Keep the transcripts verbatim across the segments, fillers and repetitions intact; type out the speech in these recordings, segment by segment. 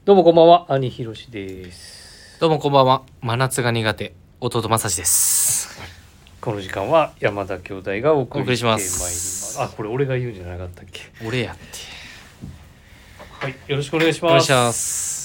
どうもこんばんは、兄ひろしです。 どうもこんばんは。真夏が苦手弟正志です。 この時間は山田兄弟がお送りしてまいりま。 お送りしますあ、これ俺が言うんじゃなかったっけ。 俺やって。 はい、よろしくお願いします。 お願いします。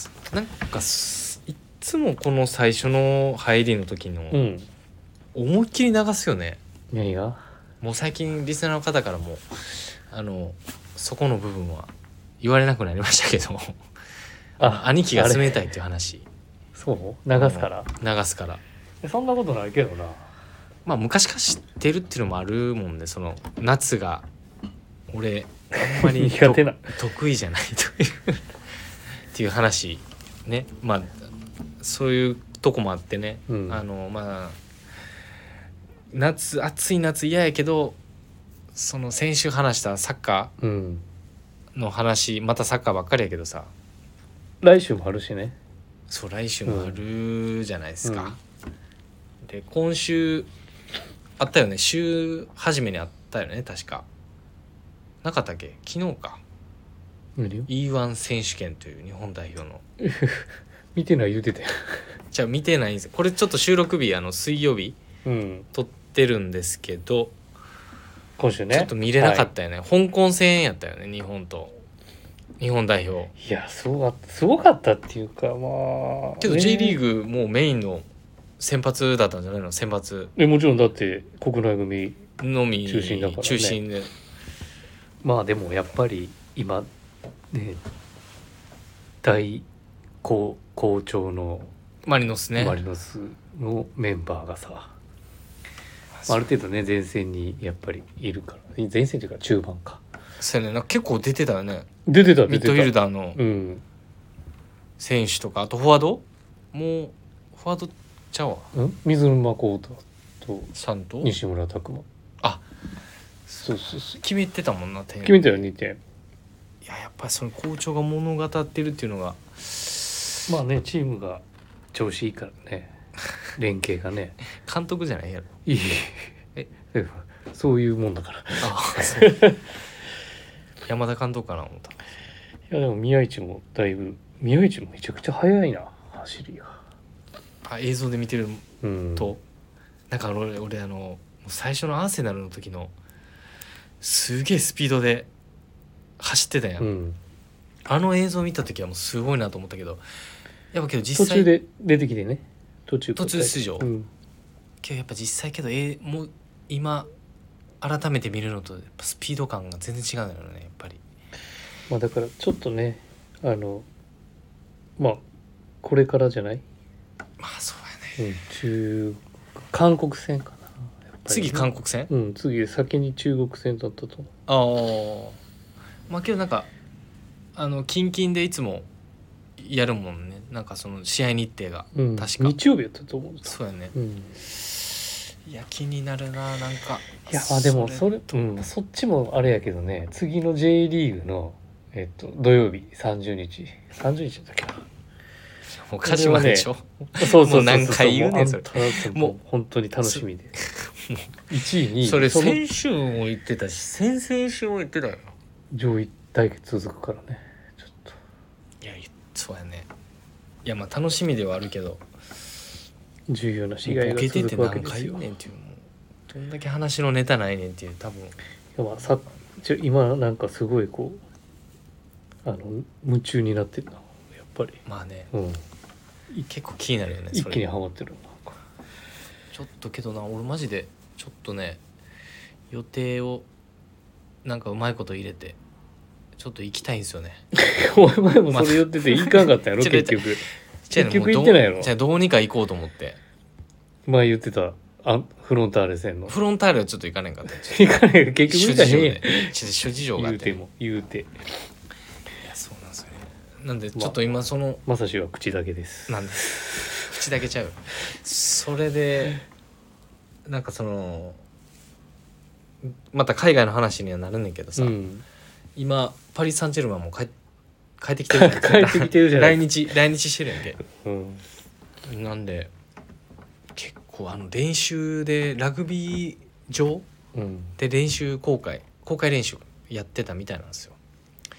なんかいつもこの最初の入りの時の、 うん。 思いっきり流すよね。 何が？ もう最近リスナーの方からもあのそこの部分は言われなくなりましたけど、あ兄貴が冷たいっていう話。 そう流すから。 流すから。 そんなことないけどな。 まあ昔から知ってるっていうのもあるもんね。その夏が俺あんまり苦手な得意じゃないというっていう話ね。まあそういうとこもあってね、 うん、 あのまあ夏暑い夏嫌やけど、その先週話したサッカーの話、うん、またサッカーばっかりやけどさ、 来週もあるしね。 そう来週もあるじゃないですか、うんうん、で今週あったよね。週初めにあったよね確か。なかったっけ？昨日か。 何よイーワン 選手権という日本代表の見てない言うてたよ。 じゃあ見てないんです。これちょっと収録日あの水曜日、うん、撮ってるんですけど、 今週ねちょっと見れなかったよね、はい、香港戦やったよね。日本と日本代表。 いやすごかったすごかったっていうか、まあけど J リーグもうメインの先発だったんじゃないの？選抜えもちろんだって国内組のみ中心だからね。 中心で、 まあでもやっぱり今ね大好好調のマリノスね。 マリノスのメンバーがさ、ある程度ね前線にやっぱりいるから、前線というか中盤か。 そうやね。なんか結構出てたよね。 出てた出てた。 ミッドフィルダーの選手とか、あとフォワードもうフォワードちゃうわ。 ん水沼宏太とさんと西村拓真。 あ、 そうそうそう。 決めてたもんな。 点決めたよにてん。 いややっぱりその好調が物語ってるっていうのが、 まあねチームが調子いいからね、連携がね。 監督じゃないやろ。 いいえそういうもんだから。 あそう山田監督かな思った。 いやでも宮市もだいぶ宮市もめちゃくちゃ速いな走りが。 あ映像で見てると、うん、なんか俺俺あの最初のアーセナルの時のすげえスピードで走ってたやん、うん、あの映像見た時はもうすごいなと思ったけど、やっぱけど実際途中で出てきてね、途中途中出場、うん、けどやっぱ実際けど、えもう今改めて見るのとやっぱスピード感が全然違うんだよねやっぱり。 まあだからちょっとねあのまあこれからじゃない？ まあそうやね、 うん、中韓国戦かなやっぱり、ね、 次韓国戦？ うん次先に中国戦だったと思う。ああまあけどなんかあの近々でいつもやるもんね、なんかその試合日程が、うん、確か日曜日やったと思う。 そうやね、 うん、 いや気になるな。なんかいやまあでもそれ、うん、そっちもあれやけどね、次の J リーグのえっと土曜日さんじゅうにちさんじゅうにちだっけな、 もう鹿島でしょ、ね、 そうそうそうそう、 もう何回言うねんそれ。 もう本当に楽しみでいちいにいそれ先週も言ってたし先々週も言ってたよ。 上位対決続くからねちょっと。 いやそうやね。いやまあ楽しみではあるけど重要な試合が続くわけですよ。 ボケてて何回言うねんっていう、もうどんだけ話のネタないねんっていう。多分いやまあさ今なんかすごいこうあの夢中になってるなやっぱり。 まあね、 うん、 結構気になるよね。 一気にハマってるな。 ちょっとけどな俺マジでちょっとね予定をなんかうまいこと入れてちょっと行きたいんですよね。 お前もそれ言ってて行かんかったやろ結局。結局行ってないやろ。 じゃあどうにか行こうと思って。 前言ってたあフロンターレ戦の。 フロンターレはちょっと行かねんかった。 行かねん結局行かへんやん。 諸事情があって。 言うても言うて。いやそうなんですよね。なんでちょっと今そのまさしは口だけです。 なんで口だけちゃう。それでなんかそのまた海外の話にはなるねんけどさ、うん、今パリ・サンジェルマンも帰って帰ってきてる帰ってきてるじゃない。 来日来日してるやんけ、 うん、 なんで結構あの練習でラグビー場、うん、で練習公開公開練習やってたみたいなんですよ。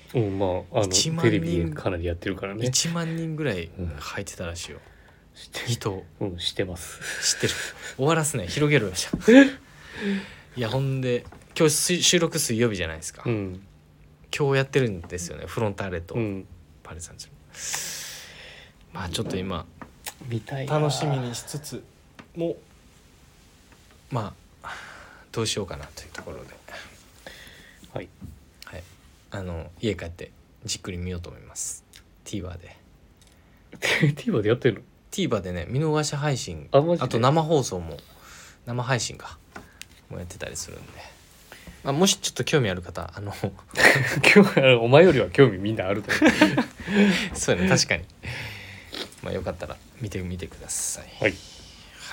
うんまああのいちまんテ人レビでかなりやってるからね。 いちまん人ぐらい入ってたらしいよ、 知って人をうん知ってます。 知ってる。終わらすね、広げろよじゃあいやほんで今日す収録水曜日じゃないですか、 うん今日やってるんですよね、フロンターレとうんパリ・サンジェルマン。まあちょっと今見たいな。 楽しみにしつつもまあどうしようかなというところで、 はいはい、あの家帰ってじっくり見ようと思います。 TVer で TVer でやってるの？ TVer でね見逃し配信、 あマジであと生放送も生配信かもやってたりするんで、まあ、もしちょっと興味ある方あの今日お前よりは興味みんなあると思う。 そうやね確かにまあよかったら見てみてください。 はいはい、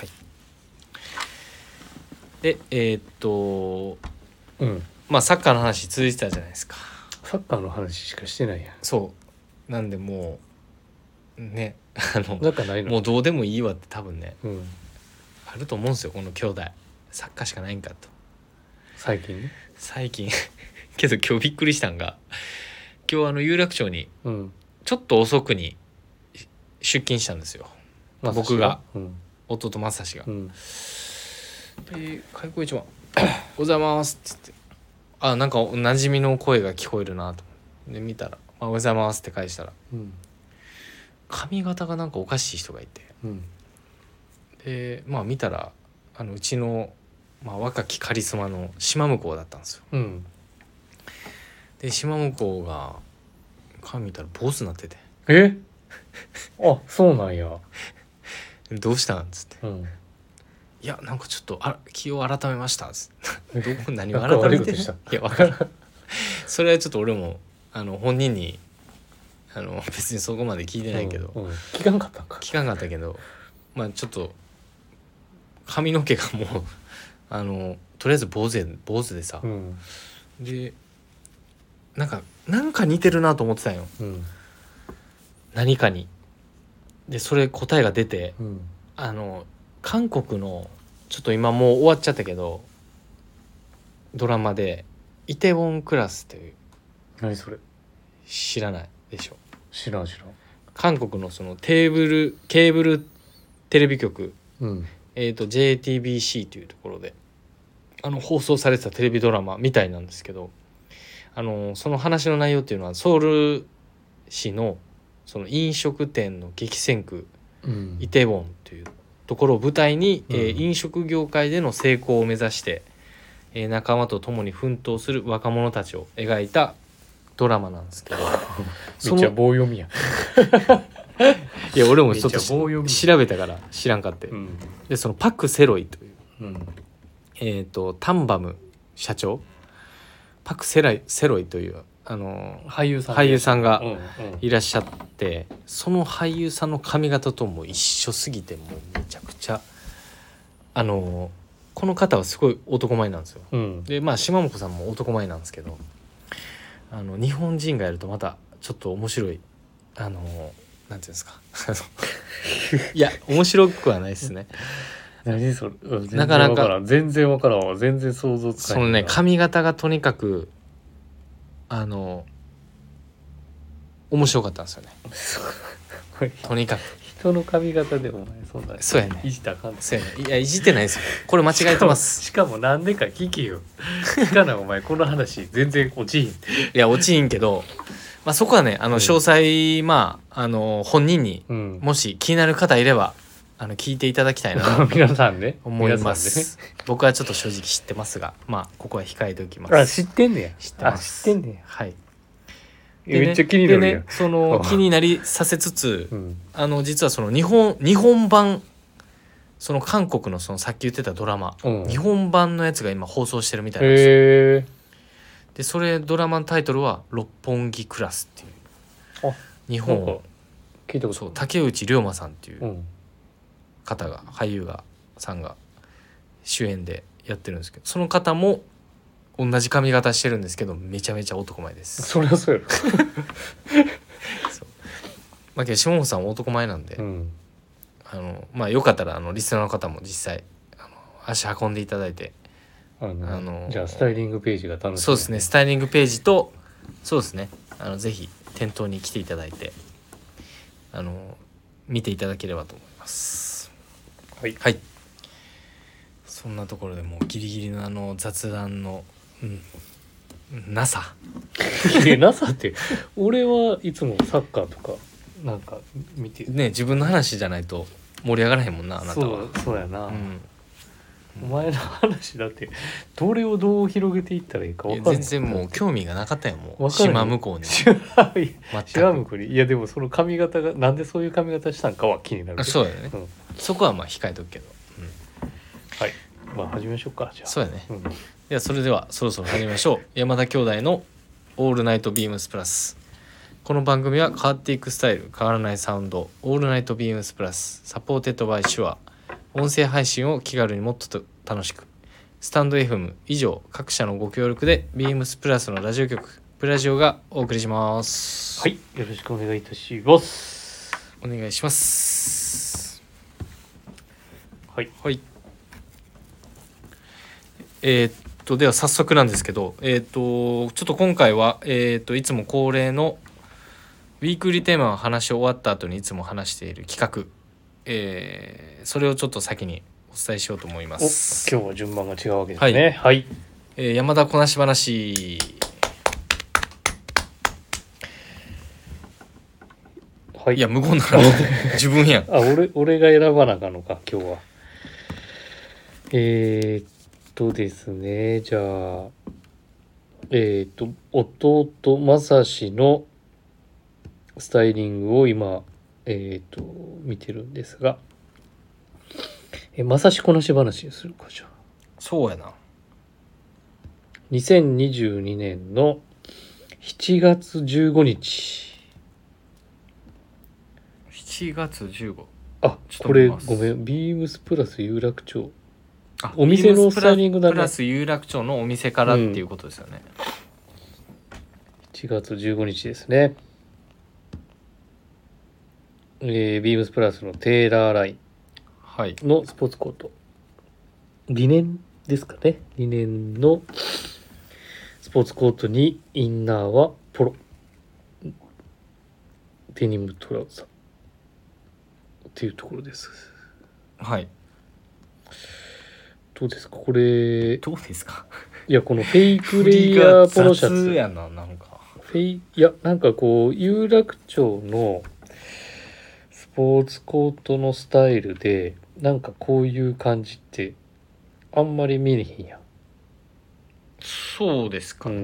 でえーっとうんまあサッカーの話続いてたじゃないですか。 サッカーの話しかしてないやん。 そうなんでもうねあのなんかないの？ もうどうでもいいわって多分ねうんあると思うんですよこの兄弟。サッカーしかないんかと最近ね。 最近けど今日びっくりしたんが、今日あの有楽町にうんちょっと遅くに出勤したんですよ、 まさし僕がうん弟正志が、 うんで開口一番おはようございますって言って、あなんかおなじみの声が聞こえるなと思ってで見たらおはようございますって返したらうん髪型がなんかおかしい人がいて、 うんでまあ見たらあのうちの、まあ、若きカリスマの島向こうだったんですよ。 うんで島向こうが髪見たら坊主になっててえあそうなんや。 どうしたんっつってうんいやなんかちょっとあ気を改めましたっつってどこ何をなんか改めてる悪いことしたいや分からんそれはちょっと俺もあの本人にあの別にそこまで聞いてないけど、 うんうん聞かんかったんか。 聞かんかったけどまあちょっと髪の毛がもうあのとりあえず坊主で坊主でさ、 うんでなんかなんか似てるなと思ってたんようん何かに。でそれ答えが出てうんあの韓国のちょっと今もう終わっちゃったけどドラマでイテウォンクラスっていう何それ？ 知らないでしょ。 知らん知らん。 韓国のそのテーブルケーブルテレビ局、 うんえー、と ジェーティービーシー というところであの放送されてたテレビドラマみたいなんですけど、あのその話の内容っていうのはソウル市のその飲食店の激戦区うんイテウォンというところを舞台に、 うんえー飲食業界での成功を目指して、えー仲間と共に奮闘する若者たちを描いたドラマなんですけどめっちゃ棒読みや。 いや俺もちょっとめっちゃ棒読み調べたから知らんかって、 うんでそのパク・セロイという、 うんえー、とタンバム社長パクセライ・セロイというあの俳優さん俳優さんがうんうんいらっしゃって、その俳優さんの髪型とも一緒すぎてもうめちゃくちゃあのこの方はすごい男前なんですよ。 うんでまあ島本さんも男前なんですけど、あの日本人がやるとまたちょっと面白いあのなんていうんですかいや面白くはないですね。 何それ全然なかなかわからん全然わからんわ全然想像つかないそのね髪型がとにかくあの面白かったんですよね。とにかく人の髪型でお前そんなそうやねいじったらあかんねそうやねいやいじってないですよこれ間違えてますしかもしかもなんでか聞けよ聞かないお前この話全然落ちひんいや落ちんけど、まあ、そこはねあのうん詳細、まああの本人にうんもし気になる方いればあの聞いていただきたいなと皆さんね思いま皆す、 さんね僕はちょっと正直知ってますがまあここは控えておきます。 あ知ってんねや知ってますあ知ってんねはいやめっちゃ気になるやん、 でねそのうん気になりさせつつうんあの実はその日本日本版その韓国のそのさっき言ってたドラマ、 うん日本版のやつが今放送してるみたいなんですよ。 へえでそれドラマのタイトルは「六本木クラス」っていうあ日なんか本聞いたことそう竹内涼真さんっていううん方が俳優がさんが主演でやってるんですけど、その方も同じ髪型してるんですけどめちゃめちゃ男前です。 そりゃそうやろそうまあけど下本さんは男前なんで、 うんあのまあよかったらあのリスナーの方も実際あの足運んでいただいて、 あのあのじゃあスタイリングページが楽しみそうですねスタイリングページとそうですねあのぜひ店頭に来ていただいてあの見ていただければと思います。 はい、 はい、そんなところでもうギリギリのあの雑談の、うん、なさいやなさって俺はいつもサッカーとかなんか見てね、自分の話じゃないと盛り上がらへんもんな、あなたは。 そうそうやな、 うん、 お前の話だってどれをどう広げていったらいいか分かんない。 全然もう興味がなかったよ、もう分かる島向こうに島向こうに。いやでもその髪型がなんでそういう髪型したんかは気になる。 そうだよね、うん、そこはまあ控えとくけど、うん、 はい、まあ始めましょうか。じゃあそうやね、 うん、 ではそれではそろそろ始めましょう。山田兄弟のオールナイトビームスプラス。この番組は変わっていくスタイル、変わらないサウンド、オールナイトビームスプラス、サポーテッドバイシュア。音声配信を気軽にもっと楽しく、スタンド エフエム 以上各社のご協力でビームスプラスのラジオ局プラジオがお送りします。 はい、よろしくお願いいたします。 お願いします。 はい、 はい、えー、っとでは早速なんですけど、えー、っとちょっと今回は、えー、っといつも恒例のウィークリーテーマを話し終わった後にいつも話している企画、えー、それをちょっと先にお伝えしようと思います。 お、今日は順番が違うわけですね。はい、はい、 えー、山田こなし話。はい、いや無言なの自分やん。 あ、俺俺が選ばなあかんのか今日は。えー、っとですね、じゃあえー、っと弟正志のスタイリングを今えー、っと見てるんですが、え正志こなし話にするか。じゃあそうやな、 にせんにじゅうにねんのしちがつじゅうごにち。 しちがつじゅうご。 あ、これごめん、ビームスプラス有楽町、 あ、 お店のスタイリングだね。 プラス有楽町のお店からっていうことですよね、うん、 しちがつじゅうごにちですね。えー、ビームスプラスのテーラーラインのスポーツコート、はい、リネンですかね。リネンのスポーツコートにインナーはポロ、デニムトラウザっていうところです。 はい、 どうですかこれ。 どうですかいや、このフェイクレイヤーポロシャツやな、なんかフェイいやなんかこう有楽町のスポーツコートのスタイルでなんかこういう感じってあんまり見えへんやん。 そうですかね、うん、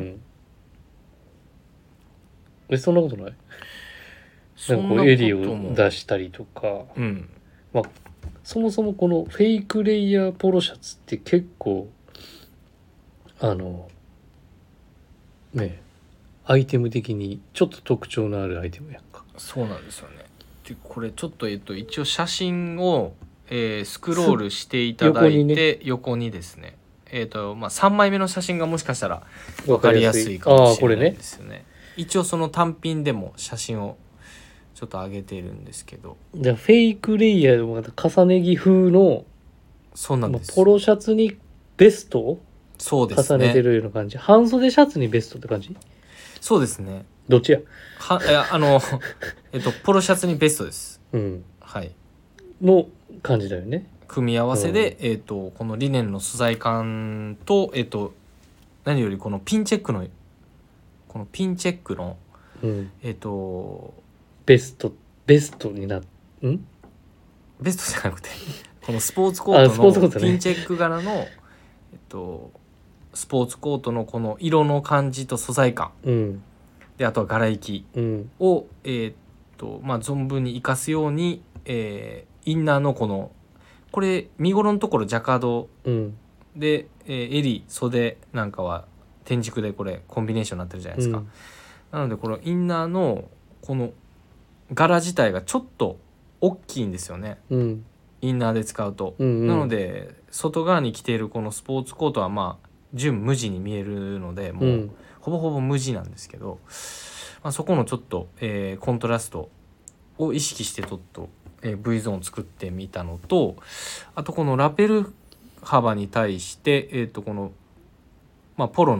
えそんなことない？なんかこう襟を出したりとか、 うん、 まあそもそもこのフェイクレイヤーポロシャツって結構あのねアイテム的にちょっと特徴のあるアイテムやんか。 そうなんですよね。でこれちょっとえっと一応写真を、えー、スクロールしていただいて横に、ね、横にですねえっとまあさんまいめの写真がもしかしたら分かりやすいかもしれないですよね。ね一応その単品でも写真をちょっと上げてるんですけど、 じゃあフェイクレイヤーでまた重ね着風のそうなんです、 ポロシャツにベストをそうですね重ねてるような感じ。半袖シャツにベストって感じ。 そうですね。 どっちやはいやあのえっとポロシャツにベストです、 うん、 はいの感じだよね。 組み合わせで、うん、えっとこのリネンの素材感とえっと何よりこのピンチェックのこのピンチェックの、うん、えっとベストベストになっんベストじゃなくてこのスポーツコートのピンチェック柄の、えっとスポーツコートのこの色の感じと素材感、うん、であとは柄行きを、うん、えー、っとまあ存分に生かすように、えー、インナーのこのこれ身頃のところジャカード、うん、で、えー、襟袖なんかは天竺でこれコンビネーションになってるじゃないですか、うん、なのでこのインナーのこの柄自体がちょっと大きいんですよね、うん、インナーで使うと、うんうん、なので外側に着ているこのスポーツコートはまあ純無地に見えるのでもう、うん、ほぼほぼ無地なんですけど、まあ、そこのちょっと、えー、コントラストを意識してちょっと、えー、V ゾーンを作ってみたのと、あとこのラペル幅に対して、えー、とこの、まあ、ポロの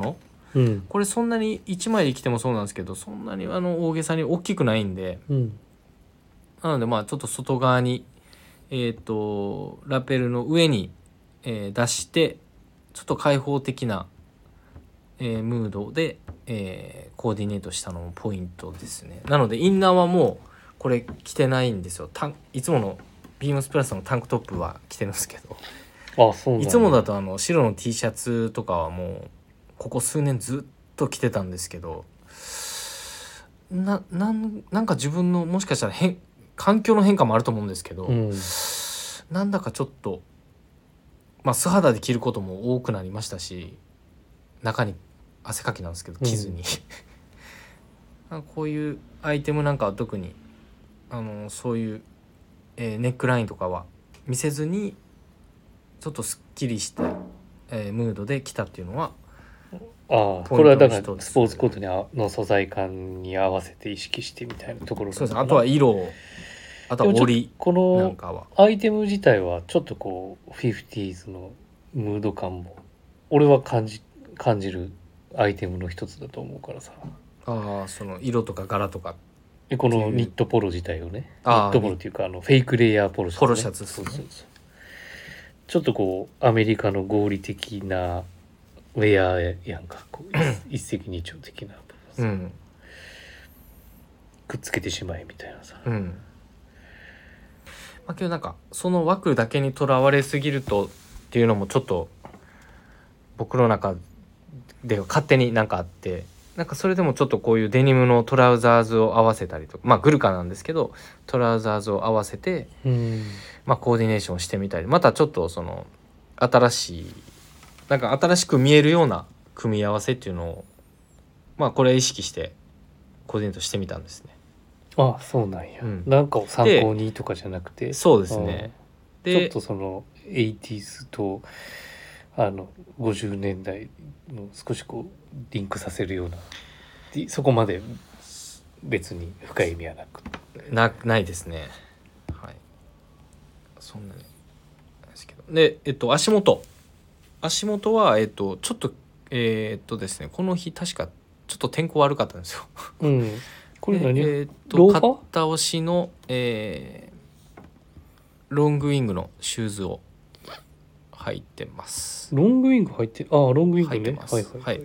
うん、 これそんなにいちまいで着てもそうなんですけど、そんなにあの大げさに大きくないんで、 うん、 なのでまあちょっと外側にえっとラペルの上に、えー出してちょっと開放的な、えームードで、えーコーディネートしたのもポイントですね。なのでインナーはもうこれ着てないんですよ。タンいつものビームスプラスのタンクトップは着てるんですけど、 あ、そうなんや。 いつもだとあの白の T シャツとかはもうここ数年ずっと着てたんですけど、ななんなんか自分のもしかしたら変環境の変化もあると思うんですけど、 うん、 なんだかちょっと、まあ、素肌で着ることも多くなりましたし、中に汗かきなんですけど着ずに、うん、こういうアイテムなんかは特にあのそういう、えー、ネックラインとかは見せずにちょっとすっきりした、えー、ムードで着たっていうのは、 ああ、これはだからスポーツコートにあの素材感に合わせて意識してみたいなところ。 そうですね。あとは色を、あとは織りなんかは。 このアイテム自体はちょっとこうフィフティーズのムード感も俺は感じ感じるアイテムの一つだと思うからさ。 ああ、その色とか柄とか。 でこのニットポロ自体をね、ニあットポロっていうかあのフェイクレイヤーポロシャツ、ね、 ポロシャツですね。 そうそうそう。ちょっとこうアメリカの合理的なウェアやんか、こう一石二鳥的な部分、うん、くっつけてしまえみたいなさ。 うん。まあけどなんかその枠だけにとらわれすぎるとっていうのもちょっと僕の中で勝手になんかあって、なんかそれでもちょっとこういうデニムのトラウザーズを合わせたりとか、まあグルカなんですけどトラウザーズを合わせて、 うん、 まあコーディネーションしてみたり、またちょっとその新しいなんか新しく見えるような組み合わせっていうのをまあこれ意識してコーディネートしてみたんですね。 ああ、そうなんや、うん、なんかを参考にとかじゃなくて。 そうですね。 でちょっとそのエイティーズとあのごじゅうねんだいの少しこうリンクさせるような、そこまで別に深い意味はなくなないですね。はい。そんなにですけど。で、えっと足元足元はえっとちょっとえー、っとですねこの日確かちょっと天候悪かったんですよ。 うん。これ何？ えー、っと片押しの、えー、ロングウィングのシューズを履いてます。 ロングウィング履いて、ああロングウィングね。 はいはいはい。はい、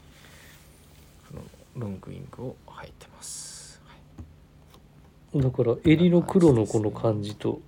ロングウィングを履いてます。 はい、だから襟の黒のこの感じと、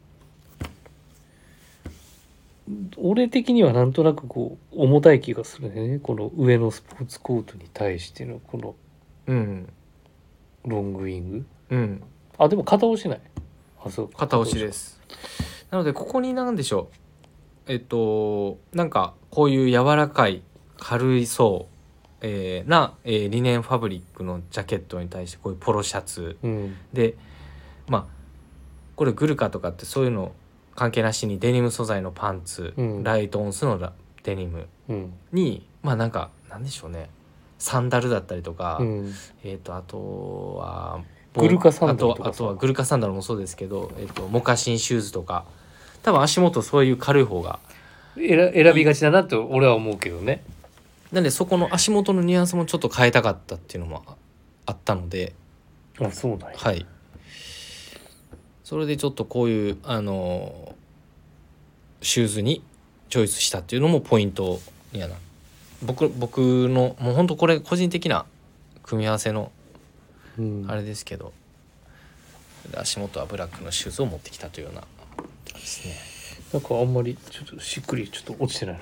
俺的にはなんとなくこう重たい気がするね。この上のスポーツコートに対してのこのロングウィング、 うん、 あでも片押しない。あそう片押しです。なのでここに何でしょう、えっとなんかこういう柔らかい軽い層、えー、な、えー、リネンファブリックのジャケットに対してこういうポロシャツ、うん、でまあこれグルカとかってそういうの関係なしにデニム素材のパンツ、うん、ライトオンスのデニムに、うん、まあなんかなんでしょうね、サンダルだったりとか、うん、えっとあとはグルカサンダルとか、 あと、あとはグルカサンダルもそうですけど、えっとモカシンシューズとか、多分足元そういう軽い方が選びがちだなと俺は思うけどね。 なんでそこの足元のニュアンスもちょっと変えたかったっていうのもあったので、 あ、そうなんや。 はい。それでちょっとこういうあのシューズにチョイスしたっていうのもポイントにはな。僕僕のもう本当これ個人的な組み合わせのあれですけど、うん、足元はブラックのシューズを持ってきたというようなですね。 なんかあんまりちょっとしっくりちょっと落ちてない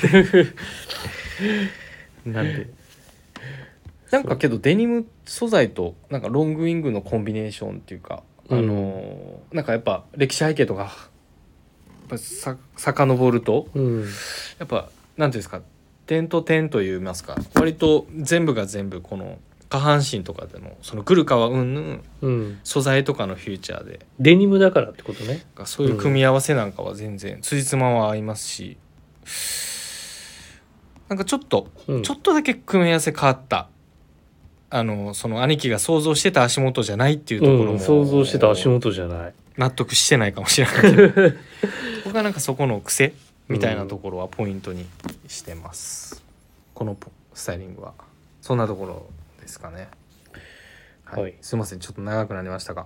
な。なんでなんかけどデニム素材となんかロングウィングのコンビネーションっていうか、あのーうん、なんかやっぱ歴史背景とかやっぱさ遡ると、うん、やっぱなんていうんですか、点と点といいますか、割と全部が全部この下半身とかでもそのグルカはうんぬん、うん、素材とかのフューチャーでデニムだからってことね。 そういう組み合わせなんかは全然辻褄は合いますし、なんかちょっと、うん、ちょっとだけ組み合わせ変わった、あのその兄貴が想像してた足元じゃないっていうところも、うん、 想像してた足元じゃない、 納得してないかもしれないけど僕はなんかそこの癖みたいなところはポイントにしてます、うん、このスタイリングは。 そんなところですかね。はい、 はい、 すいませんちょっと長くなりましたが、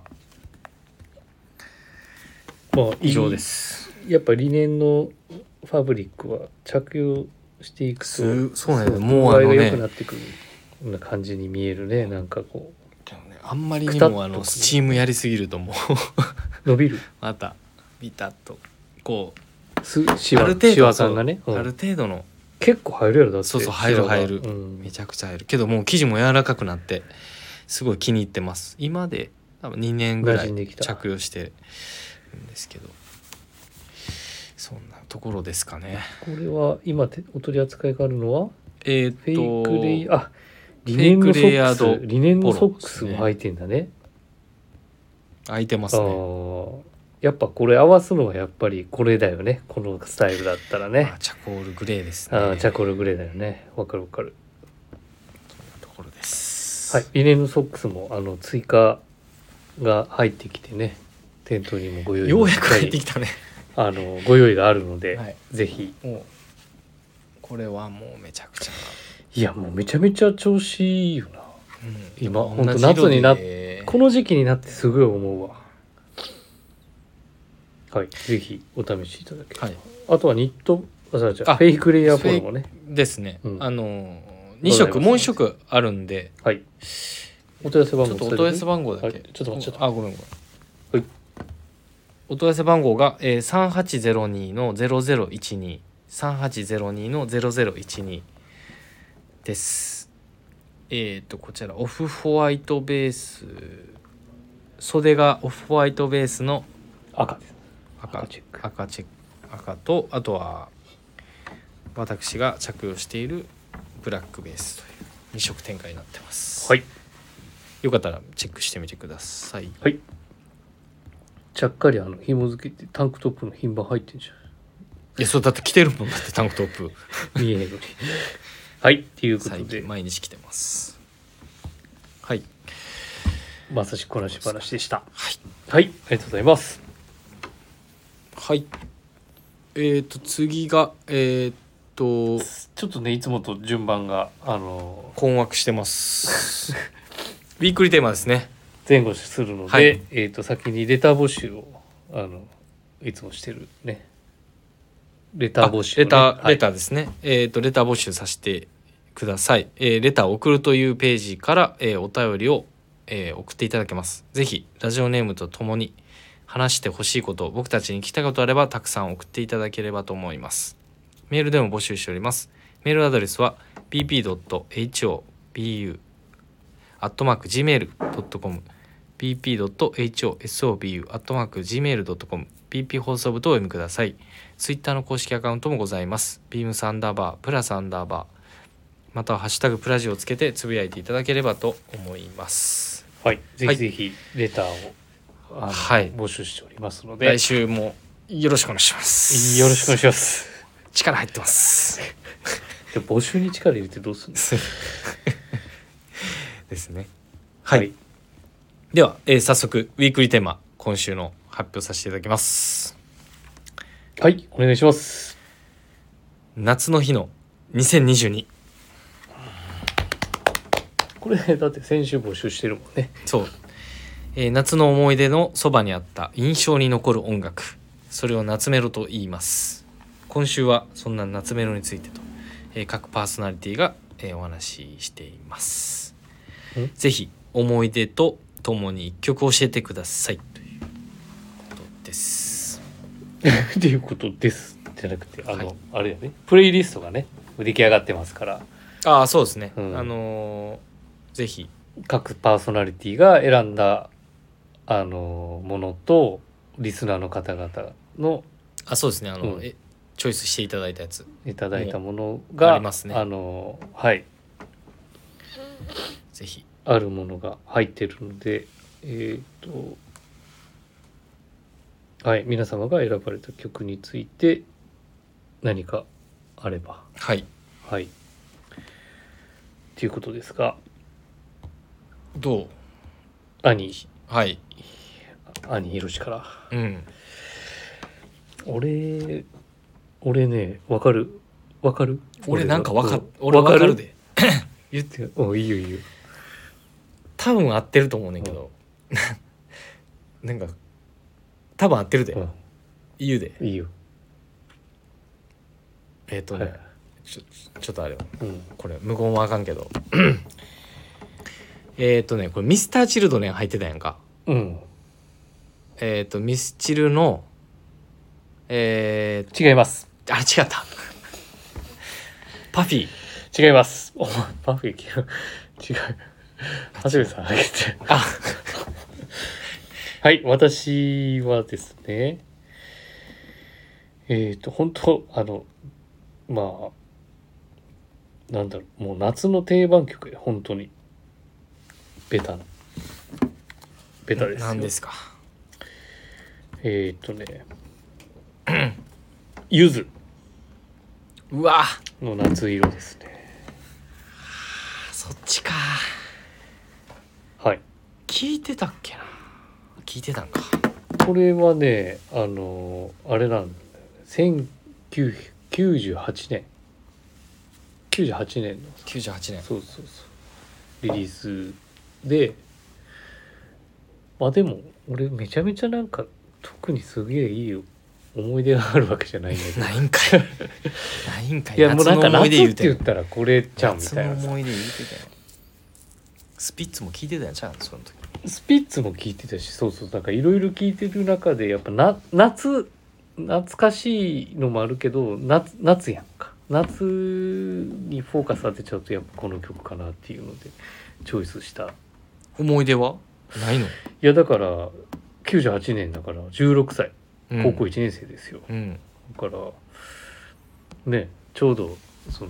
まあ以上です。 やっぱリネンのファブリックは着用していくとそうね、 もうあのね、良くなってくるような感じに見えるね。なんかこう、 ね、あんまりにもあのスチームやりすぎるともう伸びる。 またビタッとこうすシワシワ感がね、 うん、ある程度の結構入るやろだって。 そうそう入る入る、 うん、 めちゃくちゃ入るけどもう生地も柔らかくなってすごい気に入ってます。今で多分にねんぐらい着用してるんですけど、そんなところですかね。 これは今お取り扱いがあるのはえー、っとフェイクレイあリネンのソックスリネンのソックスも履いてんだね。 履いてますね。 あやっぱこれ合わすのはやっぱりこれだよね。このスタイルだったらね。 あチャコールグレーですね。 あチャコールグレーだよね。わかるわかる。 そんなところです。 はい、リネンのソックスもあの追加が入ってきてね、店頭にもご用意ようやく入ってきたね。 あのご用意があるので、はい、ぜひ。 もうこれはもうめちゃくちゃいやもうめちゃめちゃ調子いいよな、うん、今本当夏になこの時期になってすごい思うわ。はい、ぜひお試しいただければ、はい、あとはニットあじゃあフェイクレイヤーポロもねですね、うん、あのに色もういっ色あるんで、 はい、お問い合わせ番号ちょっとお問い合わせ番号だけ、はい、 ちょっと待ってちょっとあごめんごめん、はい、お問い合わせ番号が、えー、さんはちゼロにのゼロゼロいちに さんはちゼロにのゼロゼロいちにです。えっ、ー、とこちらオフホワイトベース、袖がオフホワイトベースの赤です。 赤チェック赤チェック赤と、あとは私が着用しているブラックベースというに色展開になってます。 はい、 よかったらチェックしてみてください。 はい、ちゃっかりあの紐付けてタンクトップの品番入ってんじゃん。 いやそうだって着てるもんだってタンクトップ見えへんのにはいっていうことで最近毎日着てます。はい、 まさしこなし話でした。 はい、 はい、ありがとうございます。 はい、えーと次がえーとちょっとねいつもと順番があのー、困惑してますウィークリーテーマですね。 前後するので、はい、えーと先にレター募集をあのいつもしてるねレター募集、ね、 レター、 はい、 レターですね。えーとレター募集させてください。えー、レターを送るというページから、えー、お便りを、えー、送っていただけます。ぜひラジオネームとともに話してほしいこと、僕たちに聞きたいことあればたくさん送っていただければと思います。メールでも募集しております。メールアドレスは ピーピードットエイチオービーユー アットマーク ジーメールドットコム ピーピードットエイチオーエスオービーユー アットマーク ジーメールドットコム ピーピー 放送部とお読みください。ツイッターの公式アカウントもございます。ビームスアンダーバープラスアンダーバーまたはハッシュタグプラジをつけてつぶやいていただければと思います。 はい、ぜひぜひレターを、はい、はい、募集しておりますので来週もよろしくお願いします。 よろしくお願いします。 力入ってますで募集に力入れてどうするんですですね。はい、はい、では、えー、早速ウィークリーテーマ今週の発表させていただきます。 はい、お願いします。 夏の日のにせんにじゅうに。 これだって先週募集してるもんね。 そう、えー、夏の思い出のそばにあった印象に残る音楽、それを夏メロと言います。今週はそんな夏メロについてと、えー、各パーソナリティが、えー、お話ししています。ぜひ思い出とともに一曲教えてくださいということですっていうことですじゃなくてあの、はい、あれやねプレイリストがね出来上がってますから。 ああそうですね、うん、あのー、ぜひ各パーソナリティが選んだあのー、ものとリスナーの方々のあそうですねあの、うん、えチョイスしていただいたやついただいたものがありますね。 あのはいぜひあるものが入ってるのでえっとはい皆様が選ばれた曲について何かあればはいはいということですがどう兄はい兄ひろしからうん俺俺ねわかるわかる俺なんかわかる俺わかるで言っておいいよいいよ。 多分合ってると思うねんけど、うん、なんか多分合ってるで、うん、言うでいいよ。 えっ、ー、とね、はい、ちょちょっとあれよ、 うん、 これ無言はあかんけどえっとねこれミスターチルドレン入ってたやんか、 うん、 えっ、ー、とミスチルのえー、違います。 あ違ったパフィー違います。おパフィー違う初めてさんあげてあはい私はですねえっ、ー、と本当あのまあなんだろうもう夏の定番曲で本当にベタなベタですよ。 何ですか。 えっ、ー、とねゆずうわの夏色ですね。 そっちか。 はい聞いてたっけな。聞いてたんか。 これはねあのあれなんだよねせんきゅうひゃくきゅうじゅうはちねんきゅうじゅうはちねんのきゅうじゅうはちねんそうそうそうリリースでまあでも俺めちゃめちゃなんか特にすげえいい思い出があるわけじゃないんだけどないんかいないんかい。 いやもうなんか夏って言ったらこれちゃうみたいな。 夏の思い出言うてたよ。スピッツも聞いてたやんちゃうその時。 スピッツも聞いてたしそうそうなんかいろいろ聞いてる中でやっぱな夏懐かしいのもあるけど 夏, 夏やんか夏にフォーカス当てちゃうとやっぱこの曲かなっていうのでチョイスした。 思い出はないの？いやだからきゅうじゅうはちねんだからじゅうろくさい、うん、高校いちねん生ですよ、 うん、 だからねちょうどその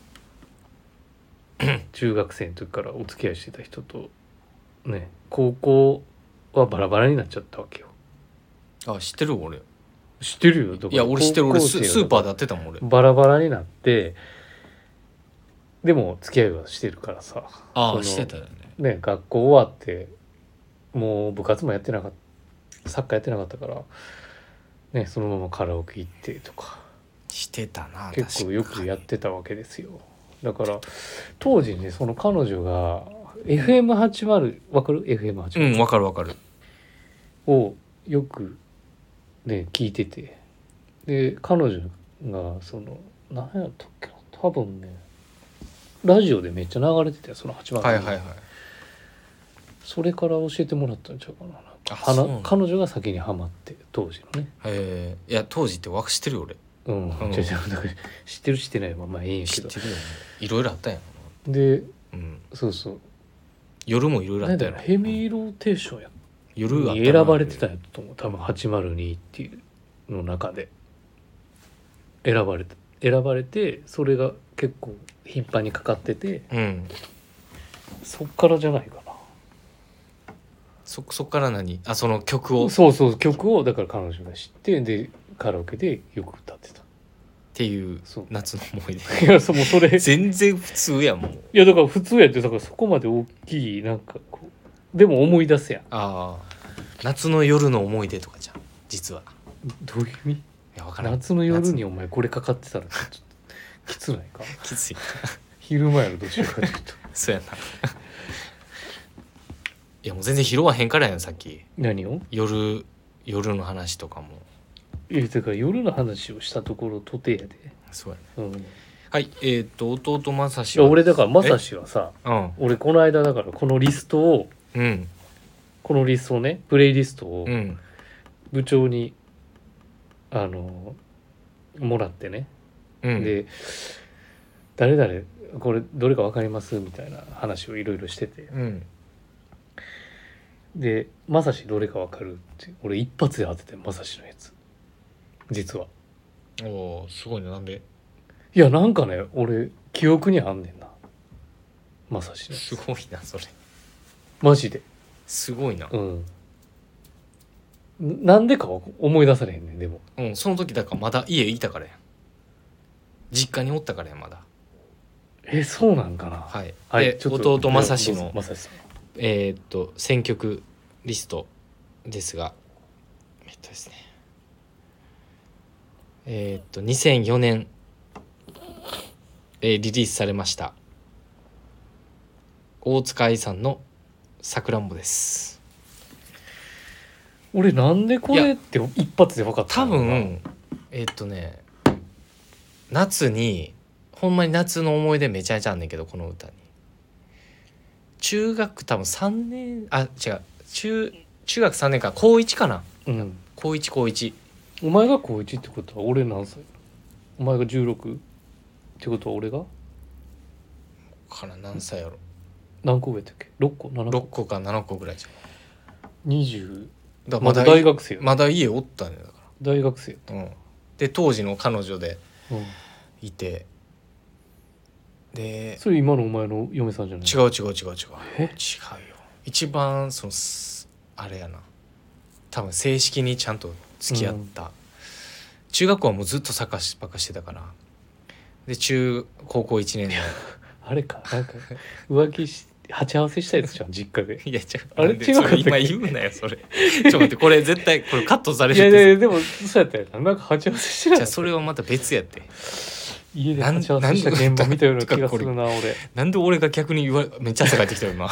中学生の時からお付き合いしてた人とね高校はバラバラになっちゃったわけよ。 あ知ってる俺。 知ってるよ。だからいや俺知ってる俺スーパーで会ってたもん俺。 バラバラになってでも付き合いはしてるからさ。 ああしてたよね。 ね学校終わってもう部活もやってなかったサッカーやってなかったからねそのままカラオケ行ってとかしてたな。 結構よくやってたわけですよ。だから当時ねその彼女が エフエムはちじゅう わかる エフエムはちじゅううんわかるわかるをよくね聞いててで彼女がその何やったっけな多分ねラジオでめっちゃ流れてたよそのはちじゅう。 はいはいはい。 それから教えてもらったんちゃうかな。 なんか彼女が先にハマって当時のね。 へえいや当時ってわ知ってるよ俺。 うん、うん、じゃじゃだから知ってる知ってないはまあええんやけど知ってるよいろいろあったやんで、 うん、 そうそう夜もいろいろあったやろ。 ヘビーローテーションや夜に選ばれてたんやと思う多分はちまるにっていうの中で選ばれて選ばれてそれが結構頻繁にかかってて、 うん、 そっからじゃないかな。 そそっから何あその曲をそうそう曲をだから彼女が知ってでカラオケでよく歌ってたっていう夏の思い出。いやそもそれ全然普通やもん。いやだから普通やってだからそこまで大きいなんかこうでも思い出すやん。 ああ夏の夜の思い出とかじゃん実は。 どういう意味？いや分からん。 夏の夜にお前これかかってたらちょっときつないか？ きつい昼間やろどっちかというとそうやないやもう全然拾わへんからやんさっき。 何を？ 夜夜の話とかも。 いやだから夜の話をしたところとてやで。 そうやね、 うん、 はいえー、っと弟正志は俺だから正志はさ、 うん、 俺この間だからこのリストを、 うん、 このリストをねプレイリストをうん部長にあのもらってね、 うん、 で誰々これどれか分かりますみたいな話をいろいろしてて、 うん、 でまさしどれか分かるって俺一発で当ててまさしのやつ実は。 おーすごいね。なんで？ いやなんかね俺記憶にあんねんなまさしの。 すごいなそれ。 マジですごいな。 うんなんでかは思い出されへんねんでも。 うんその時だからまだ家いたからやん。実家におったからやんまだ。 えそうなんかな。 はい、 はい、 で弟正志の正志さんえー、っと選曲リストですがえっとですねえー、っとにせんよねん、えー、リリースされました大塚愛さんのさくらんぼです。 俺なんでこれって一発で分かった多分えー、っとね夏にほんまに夏の思い出めちゃめちゃあんねんけど、この歌に中学多分さんねんあ違う中中学さんねんか高いちかな、 うん、 高いち高いち。 お前が高いちってことは俺何歳？お前がじゅうろくってことは俺がから何歳やろ。 何個上やったっけ？ろっこななころっこかななこぐらいじゃん。 にじゅうだまだ大学生まだ家おったんだから大学生やった、 うん、で当時の彼女でうんいて、でそれ今のお前の嫁さんじゃない？ 違う違う違う違うえ違うよ。一番そのあれやな、多分正式にちゃんと付き合った、うん、中学校はもうずっとサッカーばっかしてたから、で中高校いちねんであれかなんか浮気し鉢合わせしたやつじゃん実家で。 いや違うあれ違うかったっけ？ 今言うなよそれちょっと待ってこれ絶対これカットされる。 いやいやいやでもそうやったよな、なんか鉢合わせしてない。 じゃあそれはまた別やって。 家で鉢合わせした現場見たような気がするな俺。 なんで俺が逆に言わめっちゃ汗かいてきたよ今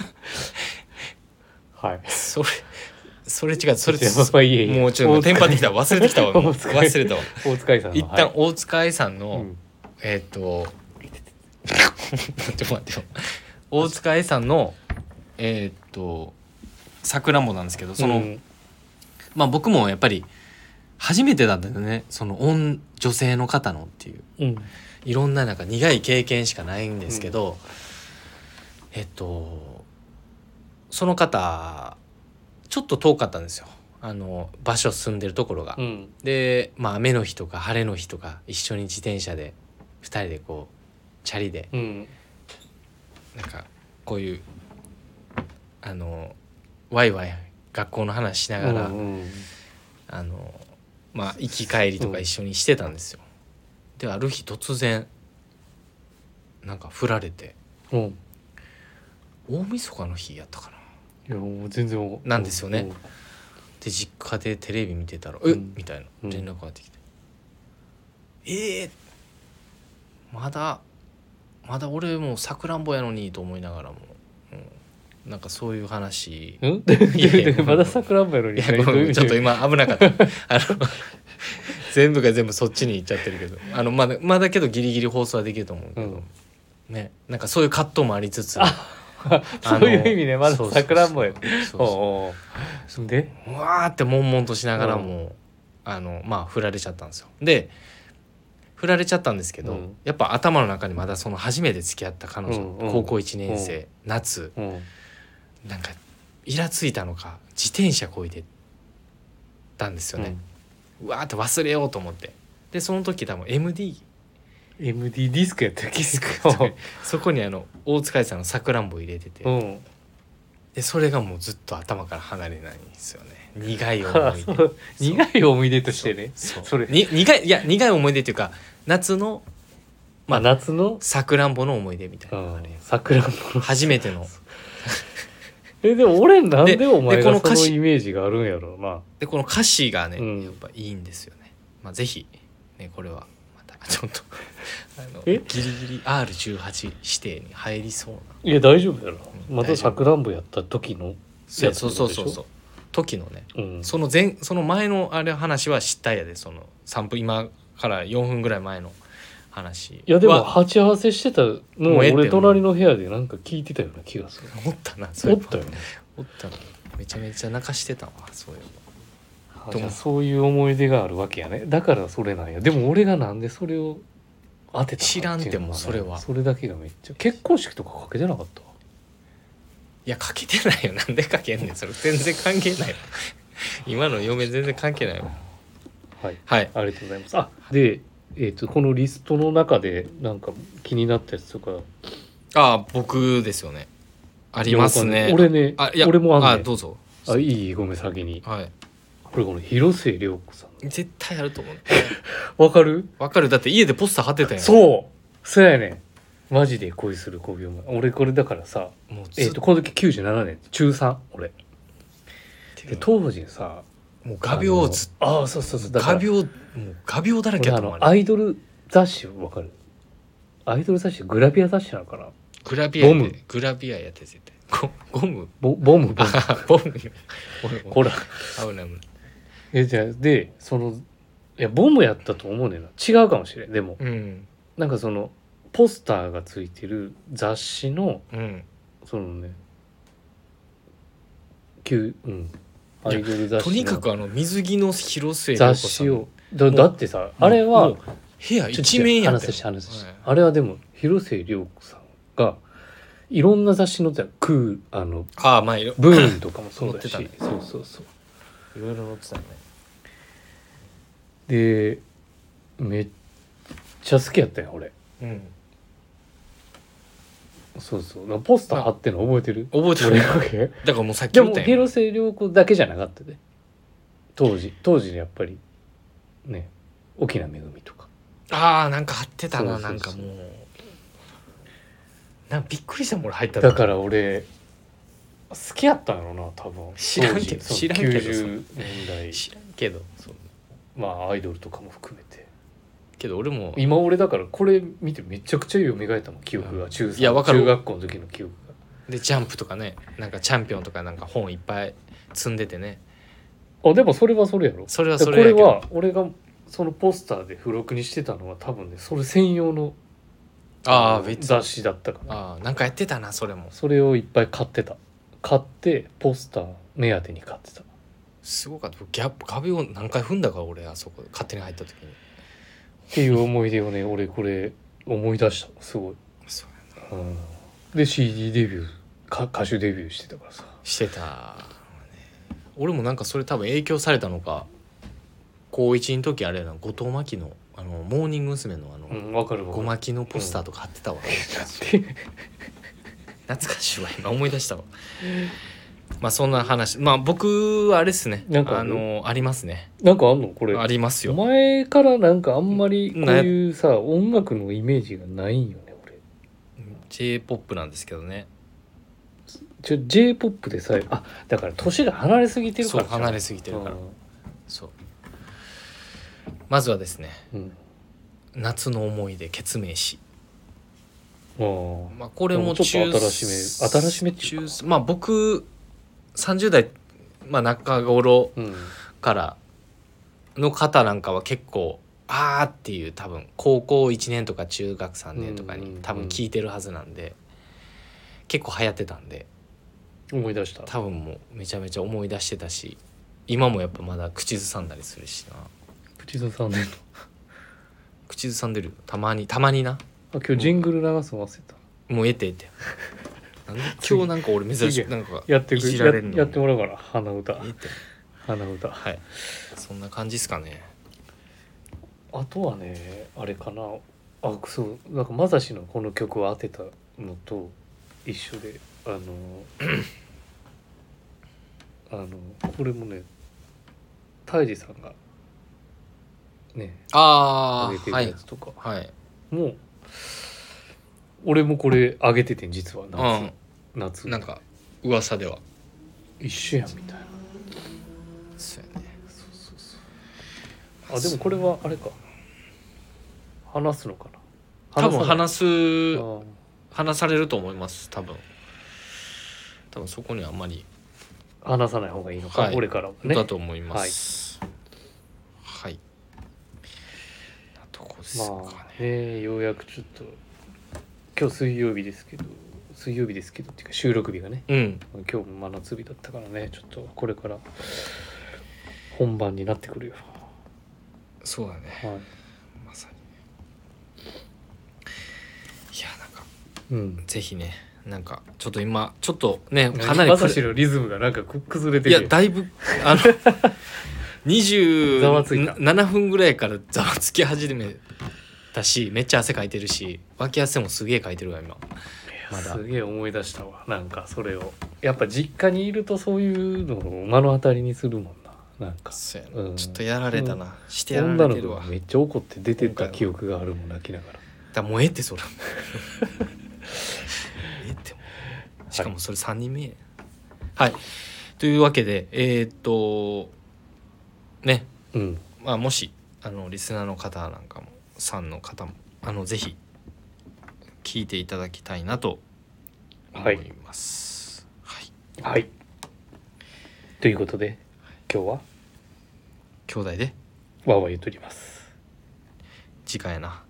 はいそれそれ違うそれもうちょっとテンパってきた忘れてきたわ忘れたわ大塚愛さんの一旦大塚愛さんの、 はい、 えっ、ー、とちょっと待ってよ大塚愛さんのえっ、ー、とさくらんぼなんですけど、その、うん、まあ僕もやっぱり初めてだったんだよね、その女女性の方のっていう、うん、いろんななんか苦い経験しかないんですけど、うん、えっとその方ちょっと遠かったんですよ、あの場所住んでるところが、うん、でまあ雨の日とか晴れの日とか一緒に自転車でふたりでこうチャリで、うん、なんかこういうあのワイワイ学校の話しながら、うんうん、あのまあ行き帰りとか一緒にしてたんですよ、うん、である日突然なんか振られて、うん、大晦日の日やったかな、 いやもう全然なんですよね、うん、で実家でテレビ見てたら「うん、えっ?」みたいな連絡がってきて「うん、えー、まだまだ俺もうさくらんぼやのに」と思いながらも、うん、なんかそういう話、 んいやいやまださくらんぼやのに、いやちょっと今危なかったあの全部が全部そっちに行っちゃってるけど、あのまだまだけどギリギリ放送はできると思うけど、うん、ね、なんかそういう葛藤もありつつそういう意味ね、まださくらんぼやでうわーって悶々としながらも、うん、あのまあ振られちゃったんですよ。で振られちゃったんですけど、うん、やっぱ頭の中にまだその初めて付き合った彼女、うんうん、高校いちねん生、うん、夏、うん、なんかイラついたのか自転車こいでたんですよね、うん、うわーって忘れようと思って、でその時多分 エムディーエムディー ディスクやったっけそこにあの大塚愛さんのさくらんぼ入れてて、うん、でそれがもうずっと頭から離れないんですよね。苦い思い出苦い思い出としてね、 そそれに苦いいや苦い思い出っていうか夏のまあ夏のさくらんぼの思い出みたいな、 さくらんぼの初めてのえでも俺なんでお前がそのイメージがあるんやろうな。 でこの歌詞がね、うん、やっぱいいんですよね。まあぜひねこれはまたちょっとあのギリギリ アールじゅうはち 指定に入りそうな。 いや大丈夫やろ、うん、またさくらんぼやった時のやつそうそうそうそう時のね、うん、その前その前のあれ話は知ったやで、そのさんぷん今からよんぷんぐらい前の話。 いやでも鉢合わせしてたのを俺隣の部屋でなんか聞いてたような気がする。 おったなそれ。おったよね。 おったな。めちゃめちゃ泣かしてたわそういうの。じゃあそういう思い出があるわけやね。だからそれなんや。でも俺がなんでそれを当てたか知らんてもそれは。 それだけがめっちゃ結婚式とかかけてなかった。 いやかけてないよ。なんでかけんねんそれ。全然関係ないよ。今の嫁全然関係ないよ。 はい、はい、ありがとうございます。あで、えー、とこのリストの中でなんか気になったやつとか。 ああ僕ですよね。ありますね。 俺ね、 あいや俺もあんねん。 あどうぞ。 あいいごめん先に。 はい。 これこの広末涼子さん。 絶対あると思う。 わかる？ わかる。だって家でポスター貼ってたやん。 そう。そうやねん。マジで恋するごびょうまえ。俺これだからさ、もうえっとこの時きゅうじゅうななねん中さん俺。で当時さ、 もう画鋲ずっとああそうそうそう画鋲もう画鋲だらけやったもん。 アイドル雑誌わかる？アイドル雑誌グラビア雑誌なのかな？ グラビアやボムでグラビアやって絶対ゴゴムボボムボムあボムほら危ない危ないえじゃあでそのいやボムやったと思うねんな違うかもしれんでもうんなんかそのポスターがついてる雑誌のうんそのね旧うんアイドル雑誌のとにかくあの水着の広末涼雑子さん誌をだもうだってさあれはもう部屋ちょっと一面やったよ話して話して、 はいあれはでも広末涼子さんがいろんな雑誌載ってたクーあのああまあいろブーンとかもそうだし、 載ってそうそうそういろいろ載ってたねでめっちゃ好きやったよ俺うんそうそうだからポスター貼ってんの覚えてる覚えてる俺わけだからもうさっきでも言ったやん広末涼子だけじゃなかったで当時当時やっぱりね沖縄めぐみとかああなんか貼ってたなそうそうそうなんかもうなんかびっくりしたもん俺入った時だから俺好きやったんやろな多分知らんけど当時その知らんけどきゅうじゅうねんだい知らんけどそうまあアイドルとかも含めてけど俺も今俺だからこれ見てめちゃくちゃ蘇ったもん記憶が中さんいやわかる中学校の時の記憶でジャンプとかねなんかチャンピオンとかなんか本いっぱい積んでてねがあでもそれはそれやろそれはでこれそれやけどは俺がそのポスターで付録にしてたのは多分ねそれ専用ののああ別雑誌だったからああなんかやってたなそれもそれをいっぱい買ってた買ってポスター目当てに買ってたすごかったギャップ壁を何回踏んだか俺あそこ勝手に入った時にっていう思い出をね俺これ思い出したすごい、 そううん、で シーディー デビューか歌手デビューしてたからさしてた、ね、俺もなんかそれ多分影響されたのか高いちの時あれやな後藤真希のあのモーニング娘。のあの、 うんわかるわかるごまきのポスターとか貼ってたわ、 で懐かしいわ今思い出したわまあそんな話まあ僕はあれですねなんかああるのありますねなんかあんのこれありますよ前からなんかあんまりこういうさ音楽のイメージがないんよね俺 J-ポップ なんですけどねちょ J-ポップ でさえあだから年が離れすぎてるからそう離れすぎてるからうそうまずはですねん、うん夏の思い出決命詞あーまあこれもちょっと新しめ新しめっていうか中まあ僕さんじゅう代、まあ、中頃うんからの方なんかは結構あーっていう多分高校いちねんとか中学さんねんとかにうんうんうん多分聞いてるはずなんで結構流行ってたんで思い出した多分もうめちゃめちゃ思い出してたし今もやっぱまだ口ずさんだりするしな口ずさんでんの口ずさんでるよたまにたまになあ今日ジングル流すの忘れたもうええってええってなんで今日なんか俺珍し次いなんかやってくいじられんのややってもらうから鼻歌ええって鼻歌はいそんな感じですかねあとはねあれかなあそうなんかまさしのこの曲を当てたのと一緒であのあのこれもね泰治さんがねあ上げてあはいるやつとかはいもう俺もこれ上げててん実は夏、 うん夏なんか噂では一緒やんみたいなそうやねそうそうそうあでもこれはあれか話すのかな多分話話すさないあ話されると思います多分多分そこにはあんまり話さない方がいいのか、 はい俺からはねだと思いますはい、なとこですかね、 まあねようやくちょっと今日水曜日ですけど水曜日ですけどっていうか収録日がねうん今日も真夏日だったからねちょっとこれから本番になってくるよそうだねはいまさにいやなんかうんぜひねなんかちょっと今ちょっとねかなりまさしのリズムがなんかく崩れているやだいぶあのざわついたにじゅうななふんぐらいからざわつき始めたしめっちゃ汗かいてるし脇汗もすげえかいてるわ今まだすげえ思い出したわなんかそれをやっぱ実家にいるとそういうのを目の当たりにするもんななんかそうやな、 うんちょっとやられたな、してやら女の子れてるわがめっちゃ怒って出てった記憶があるもん泣きながらだもうええってそれええってもうしかもそれさんにんめはい、というわけでえー、っとねうんまあもしあのリスナーの方なんかもさんの方もあのぜひ聞いていただきたいなと思います。はい、 はい、ということで今日は兄弟でわーわー言うとります。 時間やな。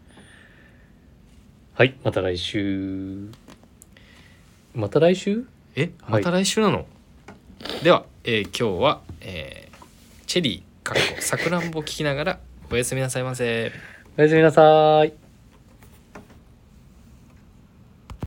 はい、また来週。また来週えまた来週なの、はい、では、えー、今日は、えー、チェリーかっこさくらんぼ聞きながらおやすみなさいませ。 おやすみなさい。